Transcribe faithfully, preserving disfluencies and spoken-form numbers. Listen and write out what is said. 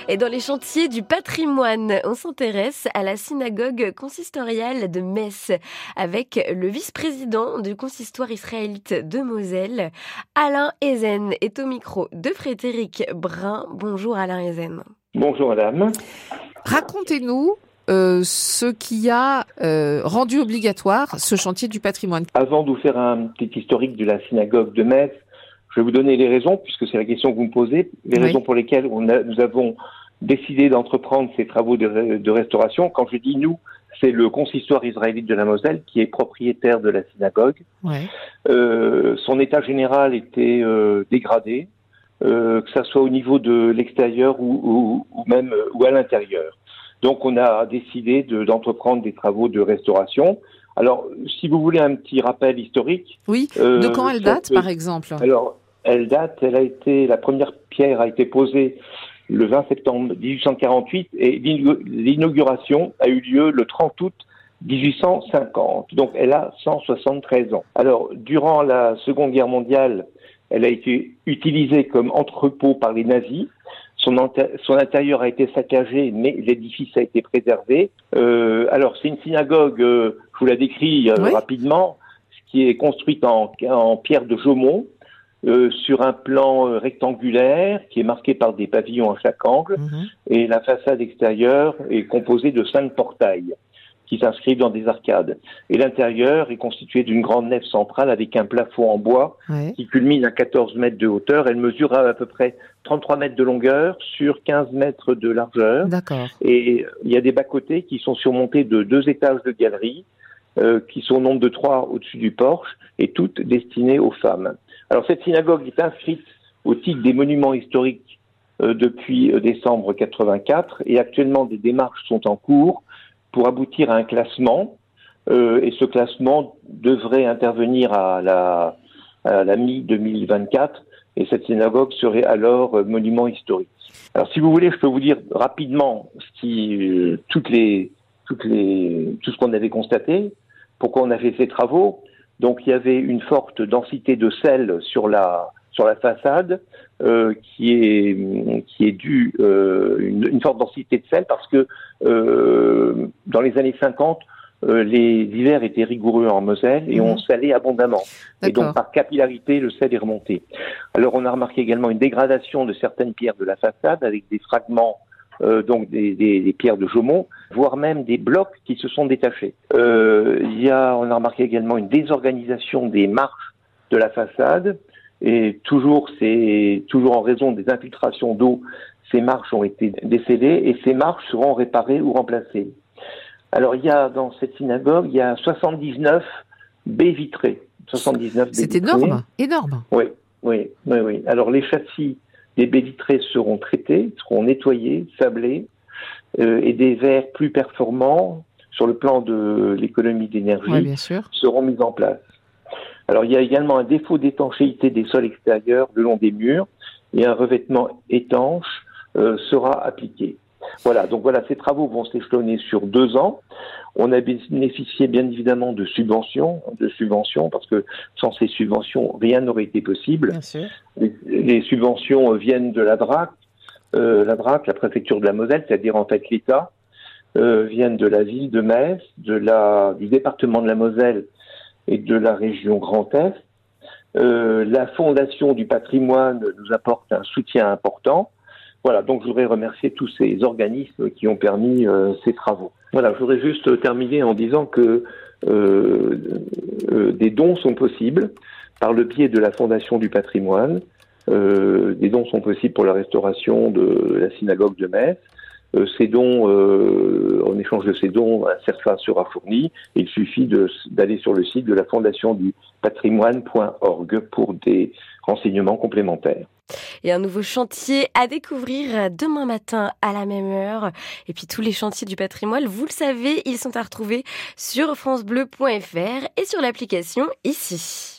Et dans les chantiers du patrimoine, on s'intéresse à la synagogue consistoriale de Metz avec le vice-président du consistoire israélite de Moselle. Alain Ezen est au micro de Frédéric Brun. Bonjour Alain Ezen. Bonjour madame. Racontez-nous euh, ce qui a euh, rendu obligatoire ce chantier du patrimoine. Avant de vous faire un petit historique de la synagogue de Metz, je vais vous donner les raisons, puisque c'est la question que vous me posez, les oui. raisons pour lesquelles on a, nous avons décidé d'entreprendre ces travaux de, de restauration. Quand je dis nous, c'est le consistoire israélite de la Moselle qui est propriétaire de la synagogue. Ouais. Euh, son état général était euh, dégradé, euh, que ça soit au niveau de l'extérieur ou, ou, ou même ou à l'intérieur. Donc on a décidé de, d'entreprendre des travaux de restauration. Alors, si vous voulez un petit rappel historique. Oui, de euh, quand elle date, cette, par exemple? Alors, elle date, elle a été, la première pierre a été posée le vingt septembre dix-huit cent quarante-huit et l'inauguration a eu lieu le trente août dix-huit cent cinquante. Donc, elle a cent soixante-treize ans. Alors, durant la Seconde Guerre mondiale, elle a été utilisée comme entrepôt par les nazis. Son, inter- son intérieur a été saccagé, mais l'édifice a été préservé. Euh, alors, c'est une synagogue, euh, je vous la décris euh, oui. rapidement, qui est construite en, en pierre de Jaumont, euh, sur un plan euh, rectangulaire, qui est marqué par des pavillons à chaque angle, mmh. et la façade extérieure est composée de cinq portails qui s'inscrivent dans des arcades. Et l'intérieur est constitué d'une grande nef centrale avec un plafond en bois oui. qui culmine à quatorze mètres de hauteur. Elle mesure à, à peu près trente-trois mètres de longueur sur quinze mètres de largeur. D'accord. Et il y a des bas-côtés qui sont surmontés de deux étages de galeries euh, qui sont au nombre de trois au-dessus du porche et toutes destinées aux femmes. Alors cette synagogue est inscrite au titre des monuments historiques euh, depuis euh, décembre quatre-vingt-quatre et actuellement des démarches sont en cours pour aboutir à un classement, euh, et ce classement devrait intervenir à la, à la mi deux mille vingt-quatre, et cette synagogue serait alors euh, monument historique. Alors, si vous voulez, je peux vous dire rapidement ce qui, euh, toutes les, toutes les, tout ce qu'on avait constaté, pourquoi on a fait ces travaux. Donc, il y avait une forte densité de sel sur la, sur la façade, euh, qui est qui est due euh, une, une forte densité de sel parce que euh, dans les années cinquante, euh, les hivers étaient rigoureux en Moselle et mmh. on salait abondamment. D'accord. Et donc par capillarité, le sel est remonté. Alors on a remarqué également une dégradation de certaines pierres de la façade avec des fragments, euh, donc des, des, des pierres de Jaumont, voire même des blocs qui se sont détachés. Euh, il y a, on a remarqué également une désorganisation des marches de la façade. Et toujours, c'est toujours en raison des infiltrations d'eau, ces marches ont été décédées et ces marches seront réparées ou remplacées. Alors, il y a dans cette synagogue, il y a soixante-dix-neuf baies vitrées. soixante-dix-neuf baies C'est vitrées. énorme, énorme. Oui, oui, oui, oui. Alors, les châssis des baies vitrées seront traités, seront nettoyés, sablés, euh, et des verres plus performants sur le plan de l'économie d'énergie ouais, bien sûr. seront mis en place. Alors, il y a également un défaut d'étanchéité des sols extérieurs le long des murs et un revêtement étanche euh, sera appliqué. Voilà, donc voilà, ces travaux vont s'échelonner sur deux ans. On a bénéficié bien évidemment de subventions, de subventions parce que sans ces subventions, rien n'aurait été possible. Bien sûr. Les, les subventions viennent de la D R A C, euh, la D R A C, la préfecture de la Moselle, c'est-à-dire en fait l'État, euh, viennent de la ville de Metz, de la, du département de la Moselle et de la région Grand Est. Euh, la Fondation du patrimoine nous apporte un soutien important. Voilà, donc je voudrais remercier tous ces organismes qui ont permis euh, ces travaux. Voilà, je voudrais juste terminer en disant que euh, euh, des dons sont possibles par le biais de la Fondation du patrimoine. Euh, des dons sont possibles pour la restauration de la synagogue de Metz. Euh, ces dons, euh, en échange de ces dons, un CERFA sera fourni. Il suffit de, d'aller sur le site de la fondation du patrimoine point org pour des renseignements complémentaires. Et un nouveau chantier à découvrir demain matin à la même heure. Et puis tous les chantiers du patrimoine, vous le savez, ils sont à retrouver sur francebleu point fr et sur l'application ici.